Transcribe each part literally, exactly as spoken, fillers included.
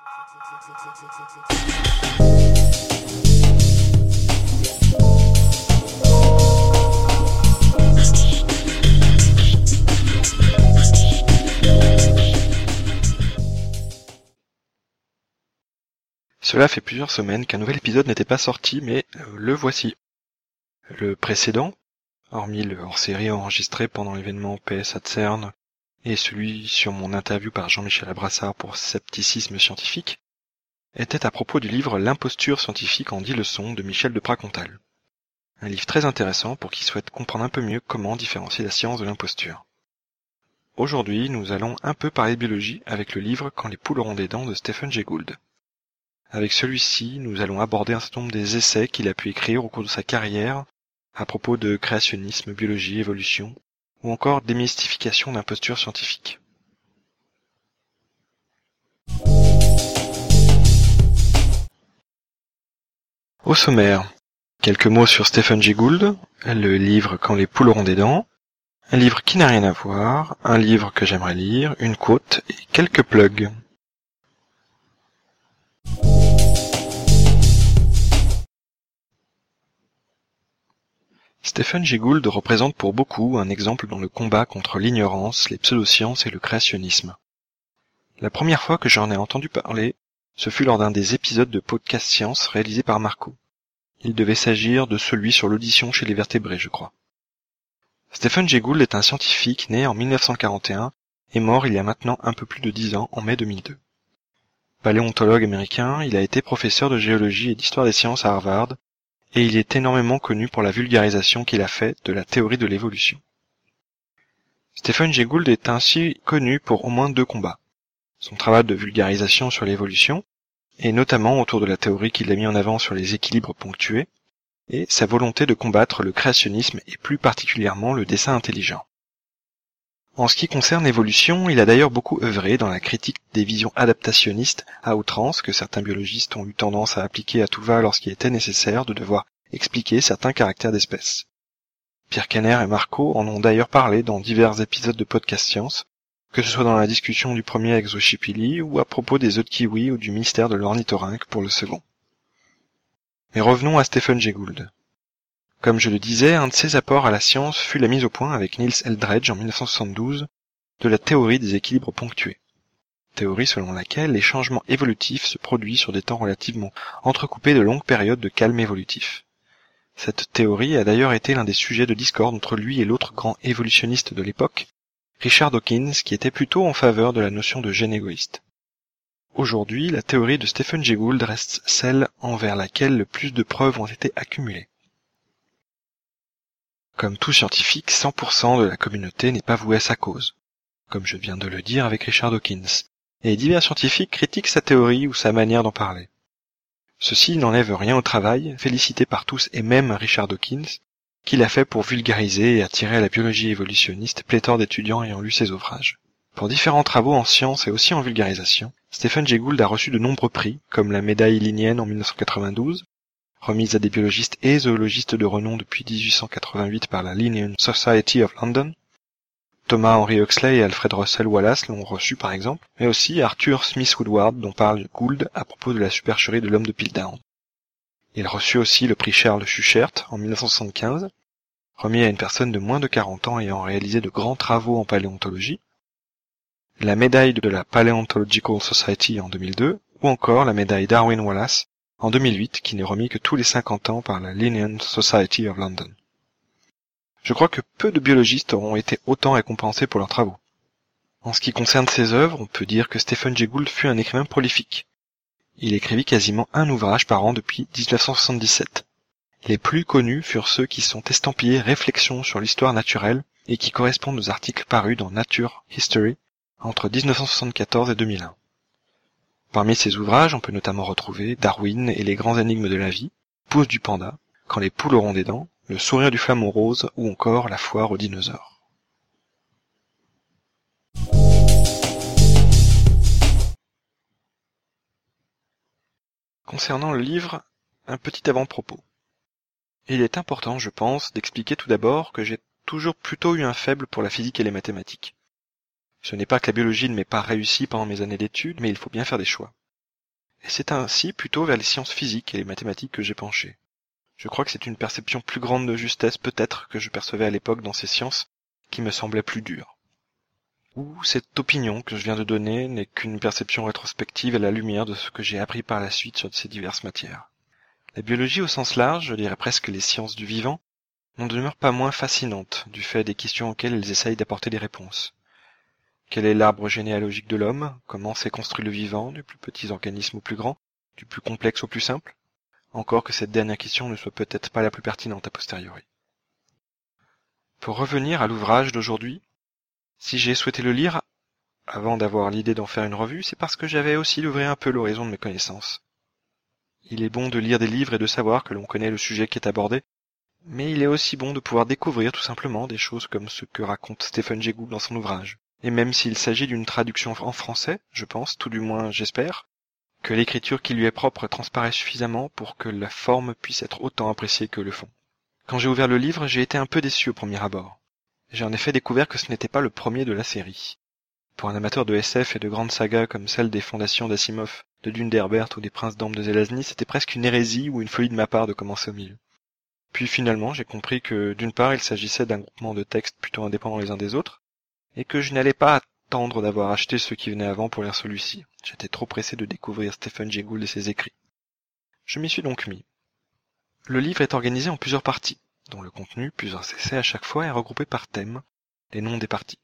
Cela fait plusieurs semaines qu'un nouvel épisode n'était pas sorti, mais euh, le voici. Le précédent, hormis le hors-série enregistré pendant l'événement P S à CERN et celui sur mon interview par Jean-Michel Abrassard pour Scepticisme scientifique, était à propos du livre L'imposture scientifique en dix leçons de Michel de Pracontal. Un livre très intéressant pour qui souhaite comprendre un peu mieux comment différencier la science de l'imposture. Aujourd'hui, nous allons un peu parler de biologie avec le livre Quand les poules auront des dents de Stephen Jay Gould. Avec celui-ci, nous allons aborder un certain nombre des essais qu'il a pu écrire au cours de sa carrière à propos de créationnisme, biologie, évolution, ou encore démystification d'imposture scientifique. Au sommaire, quelques mots sur Stephen Jay Gould, le livre Quand les poules auront des dents, un livre qui n'a rien à voir, un livre que j'aimerais lire, une quote et quelques plugs. Stephen Jay Gould représente pour beaucoup un exemple dans le combat contre l'ignorance, les pseudosciences et le créationnisme. La première fois que j'en ai entendu parler, ce fut lors d'un des épisodes de Podcast Science réalisé par Marco. Il devait s'agir de celui sur l'audition chez les vertébrés, je crois. Stephen Jay Gould est un scientifique né en mille neuf cent quarante et un et mort il y a maintenant un peu plus de dix ans, en mai deux mille deux. Paléontologue américain, il a été professeur de géologie et d'histoire des sciences à Harvard, et il est énormément connu pour la vulgarisation qu'il a faite de la théorie de l'évolution. Stephen Jay Gould est ainsi connu pour au moins deux combats. Son travail de vulgarisation sur l'évolution, et notamment autour de la théorie qu'il a mis en avant sur les équilibres ponctués, et sa volonté de combattre le créationnisme et plus particulièrement le dessin intelligent. En ce qui concerne l'évolution, il a d'ailleurs beaucoup œuvré dans la critique des visions adaptationnistes à outrance que certains biologistes ont eu tendance à appliquer à tout va lorsqu'il était nécessaire de devoir expliquer certains caractères d'espèces. Pierre Caner et Marco en ont d'ailleurs parlé dans divers épisodes de Podcast Science, que ce soit dans la discussion du premier avec Zoshipili ou à propos des œufs de kiwi ou du mystère de l'ornithorynque pour le second. Mais revenons à Stephen Jay Gould. Comme je le disais, un de ses apports à la science fut la mise au point avec Niels Eldredge en mille neuf cent soixante-douze de la théorie des équilibres ponctués. Théorie selon laquelle les changements évolutifs se produisent sur des temps relativement entrecoupés de longues périodes de calme évolutif. Cette théorie a d'ailleurs été l'un des sujets de discorde entre lui et l'autre grand évolutionniste de l'époque, Richard Dawkins, qui était plutôt en faveur de la notion de gène égoïste. Aujourd'hui, la théorie de Stephen Jay Gould reste celle envers laquelle le plus de preuves ont été accumulées. Comme tout scientifique, cent pour cent de la communauté n'est pas vouée à sa cause, comme je viens de le dire avec Richard Dawkins, et divers scientifiques critiquent sa théorie ou sa manière d'en parler. Ceci n'enlève rien au travail, félicité par tous et même Richard Dawkins, qu'il a fait pour vulgariser et attirer à la biologie évolutionniste pléthore d'étudiants ayant lu ses ouvrages. Pour différents travaux en sciences et aussi en vulgarisation, Stephen Jay Gould a reçu de nombreux prix, comme la médaille Linnéenne en mille neuf cent quatre-vingt-douze, remise à des biologistes et zoologistes de renom depuis dix-huit cent quatre-vingt-huit par la Linnean Society of London. Thomas Henry Huxley et Alfred Russel Wallace l'ont reçu par exemple, mais aussi Arthur Smith Woodward dont parle Gould à propos de la supercherie de l'homme de Piltdown. Il reçut aussi le prix Charles Schuchert en mille neuf cent soixante-quinze, remis à une personne de moins de quarante ans ayant réalisé de grands travaux en paléontologie, la médaille de la Paleontological Society en deux mille deux, ou encore la médaille Darwin Wallace en deux mille huit, qui n'est remis que tous les cinquante ans par la Linnean Society of London. Je crois que peu de biologistes auront été autant récompensés pour leurs travaux. En ce qui concerne ses œuvres, on peut dire que Stephen Jay Gould fut un écrivain prolifique. Il écrivit quasiment un ouvrage par an depuis dix-neuf cent soixante-dix-sept. Les plus connus furent ceux qui sont estampillés Réflexions sur l'histoire naturelle et qui correspondent aux articles parus dans Nature History entre dix-neuf cent soixante-quatorze et deux mille un. Parmi ces ouvrages, on peut notamment retrouver Darwin et les grands énigmes de la vie, Pousse du panda, Quand les poules auront des dents, Le sourire du flamant rose ou encore La foire aux dinosaures. Concernant le livre, un petit avant-propos. Il est important, je pense, d'expliquer tout d'abord que j'ai toujours plutôt eu un faible pour la physique et les mathématiques. Ce n'est pas que la biologie ne m'ait pas réussi pendant mes années d'études, mais il faut bien faire des choix. et c'est ainsi plutôt vers les sciences physiques et les mathématiques que j'ai penché. Je crois que c'est une perception plus grande de justesse peut-être que je percevais à l'époque dans ces sciences qui me semblaient plus dures. Ou cette opinion que je viens de donner n'est qu'une perception rétrospective à la lumière de ce que j'ai appris par la suite sur ces diverses matières. La biologie au sens large, je dirais presque les sciences du vivant, n'en demeure pas moins fascinante du fait des questions auxquelles elles essayent d'apporter des réponses. Quel est l'arbre généalogique de l'homme? Comment s'est construit le vivant, du plus petit organisme au plus grand, du plus complexe au plus simple? Encore que cette dernière question ne soit peut-être pas la plus pertinente a posteriori. Pour revenir à l'ouvrage d'aujourd'hui, si j'ai souhaité le lire avant d'avoir l'idée d'en faire une revue, c'est parce que j'avais aussi d'ouvrir un peu l'horizon de mes connaissances. Il est bon de lire des livres et de savoir que l'on connaît le sujet qui est abordé, mais il est aussi bon de pouvoir découvrir tout simplement des choses comme ce que raconte Stephen Jay Gould dans son ouvrage. Et même s'il s'agit d'une traduction en français, je pense, tout du moins j'espère, que l'écriture qui lui est propre transparaît suffisamment pour que la forme puisse être autant appréciée que le fond. Quand j'ai ouvert le livre, j'ai été un peu déçu au premier abord. J'ai en effet découvert que ce n'était pas le premier de la série. Pour un amateur de S F et de grandes sagas comme celle des Fondations d'Asimov, de Dune d'Herbert ou des Princes d'Ambre de Zelazny, c'était presque une hérésie ou une folie de ma part de commencer au milieu. Puis finalement, j'ai compris que d'une part, il s'agissait d'un groupement de textes plutôt indépendants les uns des autres, et que je n'allais pas attendre d'avoir acheté ceux qui venaient avant pour lire celui-ci. J'étais trop pressé de découvrir Stephen Jay Gould et ses écrits. Je m'y suis donc mis. Le livre est organisé en plusieurs parties, dont le contenu, plusieurs essais à chaque fois, est regroupé par thème, les noms des parties.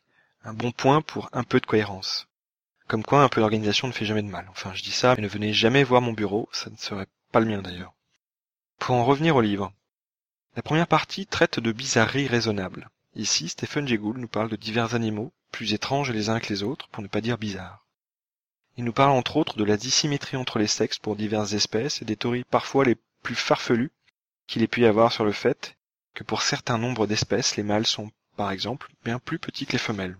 Un bon point pour un peu de cohérence. Comme quoi, un peu d'organisation ne fait jamais de mal. Enfin, je dis ça, mais ne venez jamais voir mon bureau, ça ne serait pas le mien d'ailleurs. Pour en revenir au livre. La première partie traite de bizarreries raisonnables. Ici, Stephen Jay Gould nous parle de divers animaux, plus étranges les uns que les autres, pour ne pas dire bizarres. Il nous parle entre autres de la dissymétrie entre les sexes pour diverses espèces et des théories parfois les plus farfelues qu'il ait pu y avoir sur le fait que pour certains nombres d'espèces, les mâles sont, par exemple, bien plus petits que les femelles.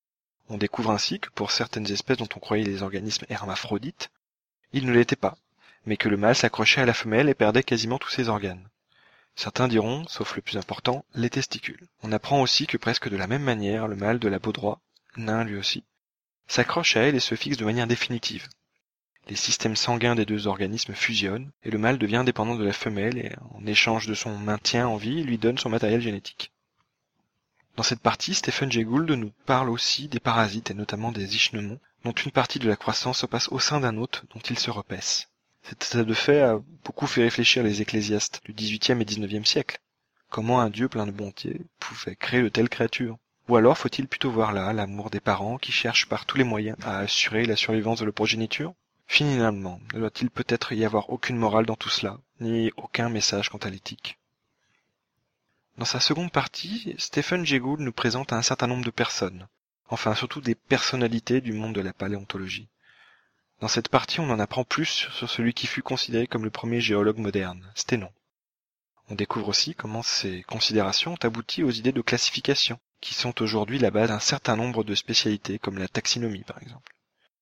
On découvre ainsi que pour certaines espèces dont on croyait les organismes hermaphrodites, ils ne l'étaient pas, mais que le mâle s'accrochait à la femelle et perdait quasiment tous ses organes. Certains diront, sauf le plus important, les testicules. On apprend aussi que presque de la même manière, le mâle de la peau droit, nain lui aussi, s'accroche à elle et se fixe de manière définitive. Les systèmes sanguins des deux organismes fusionnent, et le mâle devient dépendant de la femelle et, en échange de son maintien en vie, lui donne son matériel génétique. Dans cette partie, Stephen Jay Gould nous parle aussi des parasites et notamment des ichneumons, dont une partie de la croissance se passe au sein d'un hôte dont ils se repaissent. Cet état de fait a beaucoup fait réfléchir les ecclésiastes du dix-huitième et dix-neuvième siècle. Comment un Dieu plein de bonté pouvait créer de telles créatures? Ou alors faut-il plutôt voir là l'amour des parents qui cherchent par tous les moyens à assurer la survivance de leur progéniture? Finalement, ne doit-il peut-être y avoir aucune morale dans tout cela, ni aucun message quant à l'éthique? Dans sa seconde partie, Stephen Jay Gould nous présente un certain nombre de personnes, enfin surtout des personnalités du monde de la paléontologie. Dans cette partie, on en apprend plus sur celui qui fut considéré comme le premier géologue moderne, Sténon. On découvre aussi comment ces considérations ont abouti aux idées de classification, qui sont aujourd'hui la base d'un certain nombre de spécialités, comme la taxinomie par exemple.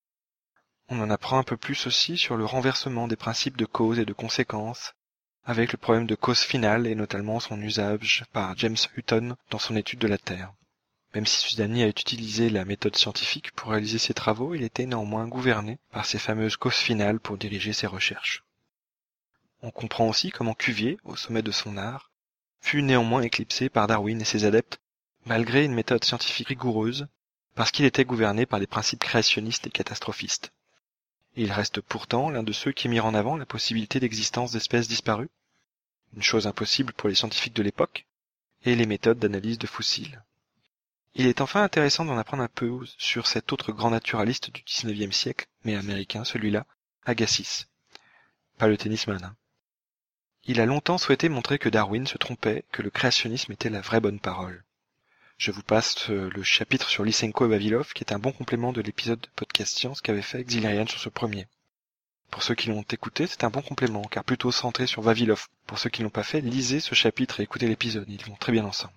On en apprend un peu plus aussi sur le renversement des principes de cause et de conséquence, avec le problème de cause finale et notamment son usage par James Hutton dans son étude de la Terre. Même si ce dernier a utilisé la méthode scientifique pour réaliser ses travaux, il était néanmoins gouverné par ces fameuses causes finales pour diriger ses recherches. On comprend aussi comment Cuvier, au sommet de son art, fut néanmoins éclipsé par Darwin et ses adeptes, malgré une méthode scientifique rigoureuse, parce qu'il était gouverné par des principes créationnistes et catastrophistes. Et il reste pourtant l'un de ceux qui mirent en avant la possibilité d'existence d'espèces disparues, une chose impossible pour les scientifiques de l'époque, et les méthodes d'analyse de fossiles. Il est enfin intéressant d'en apprendre un peu sur cet autre grand naturaliste du dix-neuvième siècle, mais américain celui-là, Agassiz. Pas le tennisman. Hein. Il a longtemps souhaité montrer que Darwin se trompait, que le créationnisme était la vraie bonne parole. Je vous passe le chapitre sur Lysenko et Vavilov, qui est un bon complément de l'épisode de Podcast Science qu'avait fait Exilarian sur ce premier. Pour ceux qui l'ont écouté, c'est un bon complément, car plutôt centré sur Vavilov. Pour ceux qui l'ont pas fait, lisez ce chapitre et écoutez l'épisode, ils vont très bien ensemble.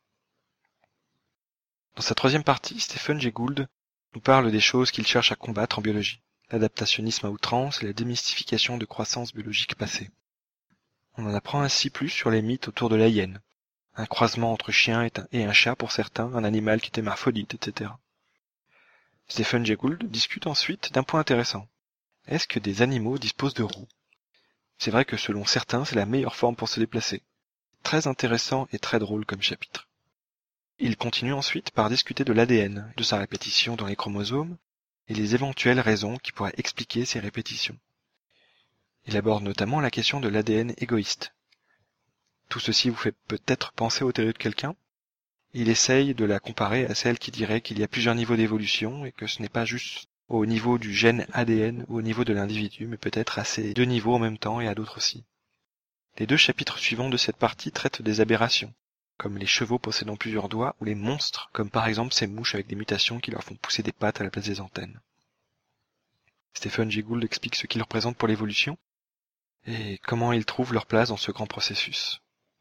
Dans sa troisième partie, Stephen Jay Gould nous parle des choses qu'il cherche à combattre en biologie, l'adaptationnisme à outrance et la démystification de croissances biologiques passées. On en apprend ainsi plus sur les mythes autour de la hyène, un croisement entre chien et un chat pour certains, un animal qui était hermaphrodite, et cetera. Stephen Jay Gould discute ensuite d'un point intéressant, Est-ce que des animaux disposent de roues? C'est vrai que selon certains, c'est la meilleure forme pour se déplacer. Très intéressant et très drôle comme chapitre. Il continue ensuite par discuter de l'A D N, de sa répétition dans les chromosomes, et les éventuelles raisons qui pourraient expliquer ces répétitions. Il aborde notamment la question de l'A D N égoïste. Tout ceci vous fait peut-être penser aux théories de quelqu'un? Il essaye de la comparer à celle qui dirait qu'il y a plusieurs niveaux d'évolution et que ce n'est pas juste au niveau du gène A D N ou au niveau de l'individu, mais peut-être à ces deux niveaux en même temps et à d'autres aussi. Les deux chapitres suivants de cette partie traitent des aberrations, comme les chevaux possédant plusieurs doigts, ou les monstres, comme par exemple ces mouches avec des mutations qui leur font pousser des pattes à la place des antennes. Stephen Jay Gould explique ce qu'ils représentent pour l'évolution, et comment ils trouvent leur place dans ce grand processus.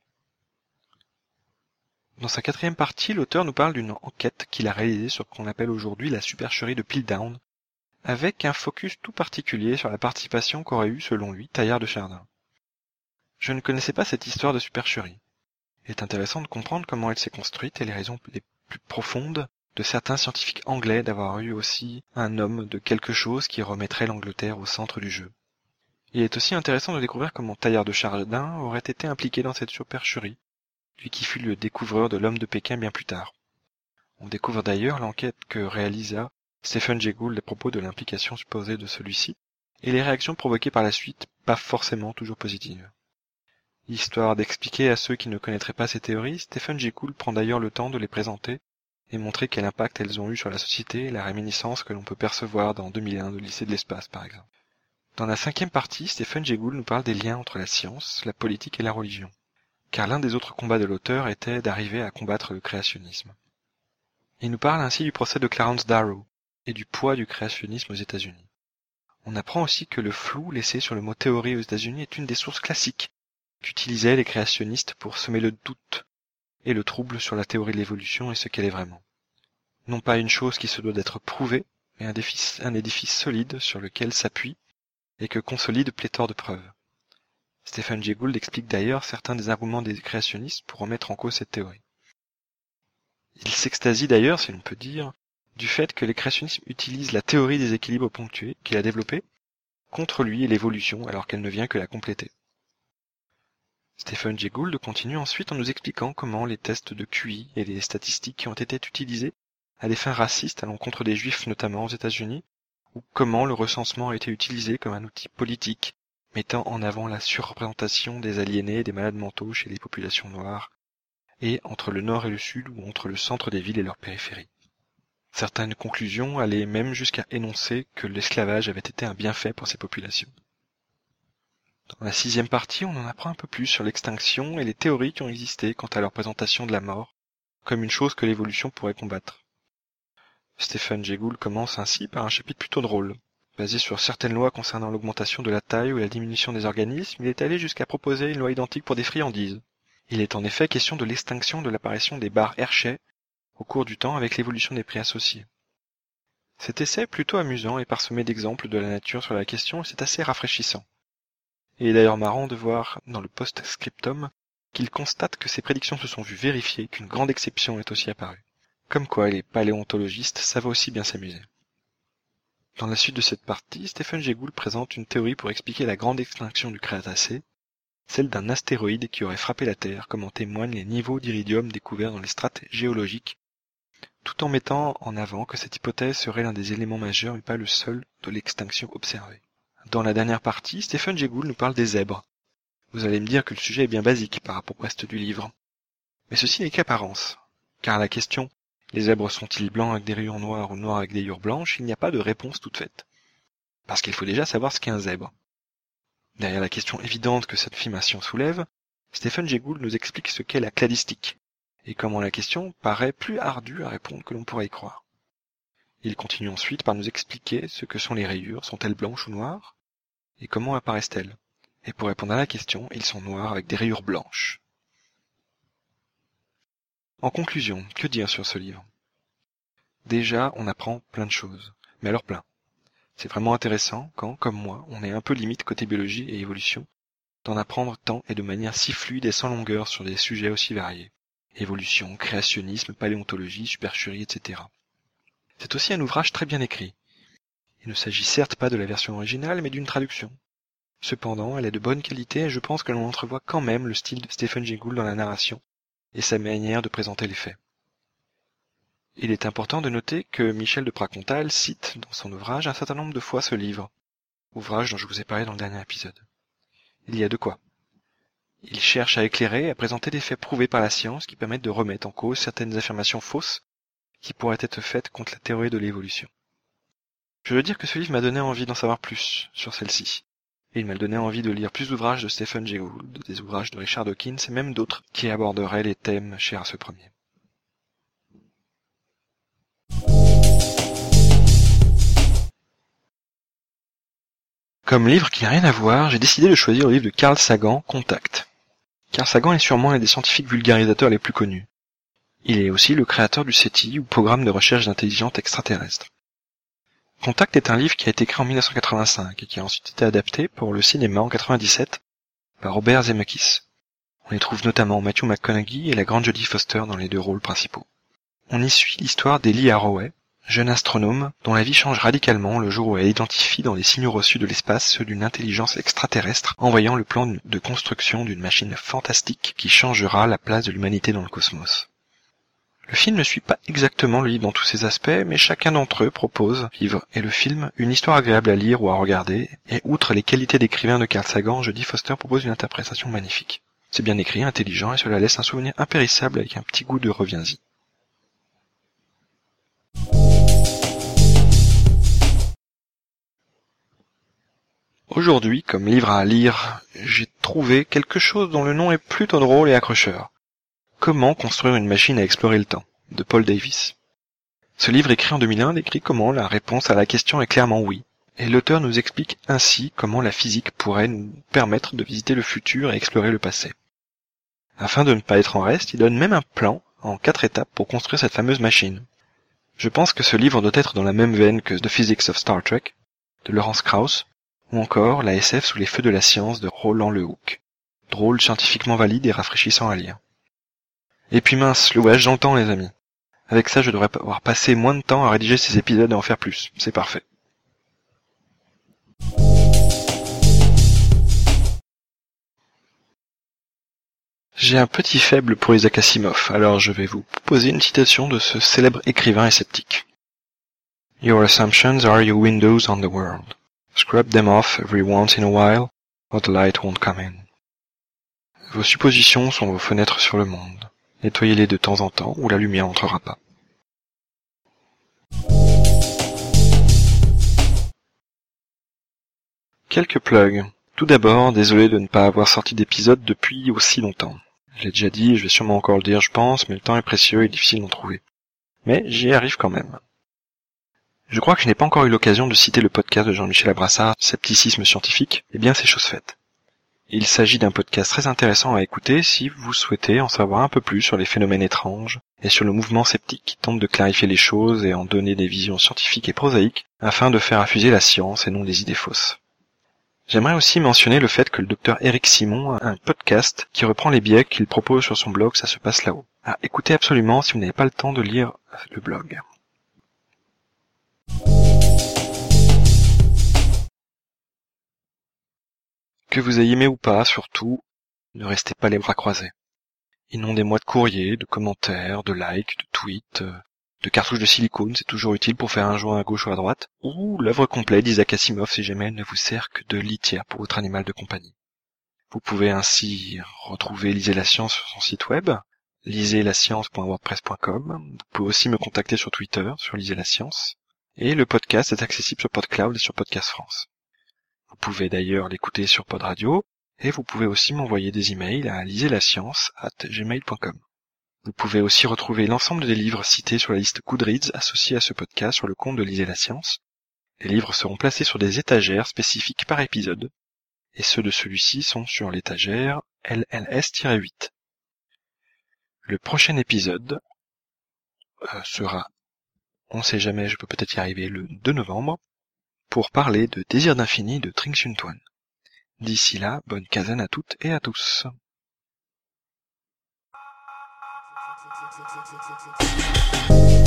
Dans sa quatrième partie, l'auteur nous parle d'une enquête qu'il a réalisée sur ce qu'on appelle aujourd'hui la supercherie de Piltdown, avec un focus tout particulier sur la participation qu'aurait eu, selon lui, Teilhard de Chardin. Je ne connaissais pas cette histoire de supercherie. Il est intéressant de comprendre comment elle s'est construite et les raisons les plus profondes de certains scientifiques anglais d'avoir eu aussi un homme de quelque chose qui remettrait l'Angleterre au centre du jeu. Il est aussi intéressant de découvrir comment Teilhard de Chardin aurait été impliqué dans cette supercherie, lui qui fut le découvreur de l'homme de Pékin bien plus tard. On découvre d'ailleurs l'enquête que réalisa Stephen Jay Gould à propos de l'implication supposée de celui-ci, et les réactions provoquées par la suite, pas forcément toujours positives. Histoire d'expliquer à ceux qui ne connaîtraient pas ces théories, Stephen Jay Gould prend d'ailleurs le temps de les présenter et montrer quel impact elles ont eu sur la société et la réminiscence que l'on peut percevoir dans deux mille un de Lycée de l'espace par exemple. Dans la cinquième partie, Stephen Jay Gould nous parle des liens entre la science, la politique et la religion, car l'un des autres combats de l'auteur était d'arriver à combattre le créationnisme. Il nous parle ainsi du procès de Clarence Darrow et du poids du créationnisme aux États-Unis. On apprend aussi que le flou laissé sur le mot théorie aux États-Unis est une des sources classiques qu'utilisaient les créationnistes pour semer le doute et le trouble sur la théorie de l'évolution et ce qu'elle est vraiment. Non pas une chose qui se doit d'être prouvée, mais un édifice, un édifice solide sur lequel s'appuie et que consolide pléthore de preuves. Stephen Jay Gould explique d'ailleurs certains des arguments des créationnistes pour remettre en cause cette théorie. Il s'extasie d'ailleurs, si l'on peut dire, du fait que les créationnistes utilisent la théorie des équilibres ponctués qu'il a développée contre lui et l'évolution alors qu'elle ne vient que la compléter. Stephen Jay Gould continue ensuite en nous expliquant comment les tests de Q I et les statistiques qui ont été utilisés à des fins racistes à l'encontre des Juifs notamment aux États-Unis, ou comment le recensement a été utilisé comme un outil politique mettant en avant la surreprésentation des aliénés et des malades mentaux chez les populations noires, et entre le nord et le sud ou entre le centre des villes et leurs périphéries. Certaines conclusions allaient même jusqu'à énoncer que l'esclavage avait été un bienfait pour ces populations. Dans la sixième partie, on en apprend un peu plus sur l'extinction et les théories qui ont existé quant à leur présentation de la mort, comme une chose que l'évolution pourrait combattre. Stephen Jay Gould commence ainsi par un chapitre plutôt drôle. Basé sur certaines lois concernant l'augmentation de la taille ou la diminution des organismes, il est allé jusqu'à proposer une loi identique pour des friandises. Il est en effet question de l'extinction de l'apparition des bars Hershey au cours du temps avec l'évolution des prix associés. Cet essai est plutôt amusant et parsemé d'exemples de la nature sur la question et c'est assez rafraîchissant. Il est d'ailleurs marrant de voir dans le post-scriptum qu'il constate que ses prédictions se sont vues vérifiées, qu'une grande exception est aussi apparue. Comme quoi les paléontologistes savent aussi bien s'amuser. Dans la suite de cette partie, Stephen Jay Gould présente une théorie pour expliquer la grande extinction du Crétacé, celle d'un astéroïde qui aurait frappé la Terre, comme en témoignent les niveaux d'iridium découverts dans les strates géologiques, tout en mettant en avant que cette hypothèse serait l'un des éléments majeurs mais pas le seul de l'extinction observée. Dans la dernière partie, Stephen Jay Gould nous parle des zèbres. Vous allez me dire que le sujet est bien basique par rapport au reste du livre. Mais ceci n'est qu'apparence, car à la question « Les zèbres sont-ils blancs avec des rayures noires ou noirs avec des rayures blanches ?» il n'y a pas de réponse toute faite. Parce qu'il faut déjà savoir ce qu'est un zèbre. Derrière la question évidente que cette affirmation soulève, Stephen Jay Gould nous explique ce qu'est la cladistique, et comment la question paraît plus ardue à répondre que l'on pourrait y croire. Il continue ensuite par nous expliquer ce que sont les rayures, sont-elles blanches ou noires, et comment apparaissent-elles. Et pour répondre à la question, ils sont noirs avec des rayures blanches. En conclusion, que dire sur ce livre? Déjà, on apprend plein de choses, mais alors plein. C'est vraiment intéressant quand, comme moi, on est un peu limite côté biologie et évolution, d'en apprendre tant et de manière si fluide et sans longueur sur des sujets aussi variés. Évolution, créationnisme, paléontologie, supercherie, et cetera. C'est aussi un ouvrage très bien écrit. Il ne s'agit certes pas de la version originale, mais d'une traduction. Cependant, elle est de bonne qualité et je pense que l'on entrevoit quand même le style de Stephen Jay Gould dans la narration et sa manière de présenter les faits. Il est important de noter que Michel de Pracontal cite dans son ouvrage un certain nombre de fois ce livre, ouvrage dont je vous ai parlé dans le dernier épisode. Il y a de quoi. Il cherche à éclairer et à présenter des faits prouvés par la science qui permettent de remettre en cause certaines affirmations fausses qui pourraient être faites contre la théorie de l'évolution. Je veux dire que ce livre m'a donné envie d'en savoir plus sur celle-ci. Et il m'a donné envie de lire plus d'ouvrages de Stephen Jay Gould, des ouvrages de Richard Dawkins et même d'autres qui aborderaient les thèmes chers à ce premier. Comme livre qui n'a rien à voir, j'ai décidé de choisir le livre de Carl Sagan, Contact. Carl Sagan est sûrement un des scientifiques vulgarisateurs les plus connus. Il est aussi le créateur du SETI, ou Programme de recherche d'intelligence extraterrestre. Contact est un livre qui a été écrit en mille neuf cent quatre-vingt-cinq et qui a ensuite été adapté pour le cinéma en quatre-vingt-dix-sept par Robert Zemeckis. On y trouve notamment Matthew McConaughey et la grande Jodie Foster dans les deux rôles principaux. On y suit l'histoire d'Ellie Arroway, jeune astronome dont la vie change radicalement le jour où elle identifie dans les signaux reçus de l'espace ceux d'une intelligence extraterrestre en voyant le plan de construction d'une machine fantastique qui changera la place de l'humanité dans le cosmos. Le film ne suit pas exactement le livre dans tous ses aspects, mais chacun d'entre eux propose, livre et le film, une histoire agréable à lire ou à regarder, et outre les qualités d'écrivain de Carl Sagan, Jodie Foster propose une interprétation magnifique. C'est bien écrit, intelligent, et cela laisse un souvenir impérissable avec un petit goût de reviens-y. Aujourd'hui, comme livre à lire, j'ai trouvé quelque chose dont le nom est plutôt drôle et accrocheur. Comment construire une machine à explorer le temps, de Paul Davies. Ce livre écrit en deux mille un décrit comment la réponse à la question est clairement oui, et l'auteur nous explique ainsi comment la physique pourrait nous permettre de visiter le futur et explorer le passé. Afin de ne pas être en reste, il donne même un plan en quatre étapes pour construire cette fameuse machine. Je pense que ce livre doit être dans la même veine que The Physics of Star Trek, de Lawrence Krauss, ou encore La S F sous les feux de la science de Roland Lehoucq, drôle, scientifiquement valide et rafraîchissant à lire. Et puis mince, le voyage dans le temps, les amis. Avec ça, je devrais avoir passé moins de temps à rédiger ces épisodes et en faire plus. C'est parfait. J'ai un petit faible pour Isaac Asimov, alors je vais vous proposer une citation de ce célèbre écrivain et sceptique. Your assumptions are your windows on the world. Scrub them off every once in a while, or the light won't come in. Vos suppositions sont vos fenêtres sur le monde. Nettoyez-les de temps en temps ou la lumière n'entrera pas. Quelques plugs. Tout d'abord, désolé de ne pas avoir sorti d'épisode depuis aussi longtemps. Je l'ai déjà dit et je vais sûrement encore le dire, je pense, mais le temps est précieux et difficile d'en trouver. Mais j'y arrive quand même. Je crois que je n'ai pas encore eu l'occasion de citer le podcast de Jean-Michel Abrassard, Scepticisme scientifique. Eh bien, c'est chose faite. Il s'agit d'un podcast très intéressant à écouter si vous souhaitez en savoir un peu plus sur les phénomènes étranges et sur le mouvement sceptique qui tente de clarifier les choses et en donner des visions scientifiques et prosaïques afin de faire affuser la science et non des idées fausses. J'aimerais aussi mentionner le fait que le docteur Éric Simon a un podcast qui reprend les biais qu'il propose sur son blog Ça se passe là-haut. À écouter absolument si vous n'avez pas le temps de lire le blog. Que vous ayez aimé ou pas, surtout, ne restez pas les bras croisés. Inondez-moi de courriers, de commentaires, de likes, de tweets, de cartouches de silicone, c'est toujours utile pour faire un joint à gauche ou à droite, ou l'œuvre complète d'Isaac Asimov si jamais elle ne vous sert que de litière pour votre animal de compagnie. Vous pouvez ainsi retrouver Lisez la Science sur son site web, lisez la science point wordpress point com. Vous pouvez aussi me contacter sur Twitter, sur Lisez la Science, et le podcast est accessible sur PodCloud et sur Podcast France. Vous pouvez d'ailleurs l'écouter sur Pod Radio, et vous pouvez aussi m'envoyer des emails à lisezlascience arobase gmail point com. Vous pouvez aussi retrouver l'ensemble des livres cités sur la liste Goodreads associée à ce podcast sur le compte de Lisez la Science. Les livres seront placés sur des étagères spécifiques par épisode, et ceux de celui-ci sont sur l'étagère L L S huit. Le prochain épisode euh, sera, on sait jamais, je peux peut-être y arriver, le deux novembre, pour parler de Désir d'infini de Trinh Xuân Toan. D'ici là, bonne quinzaine à toutes et à tous. Thank you.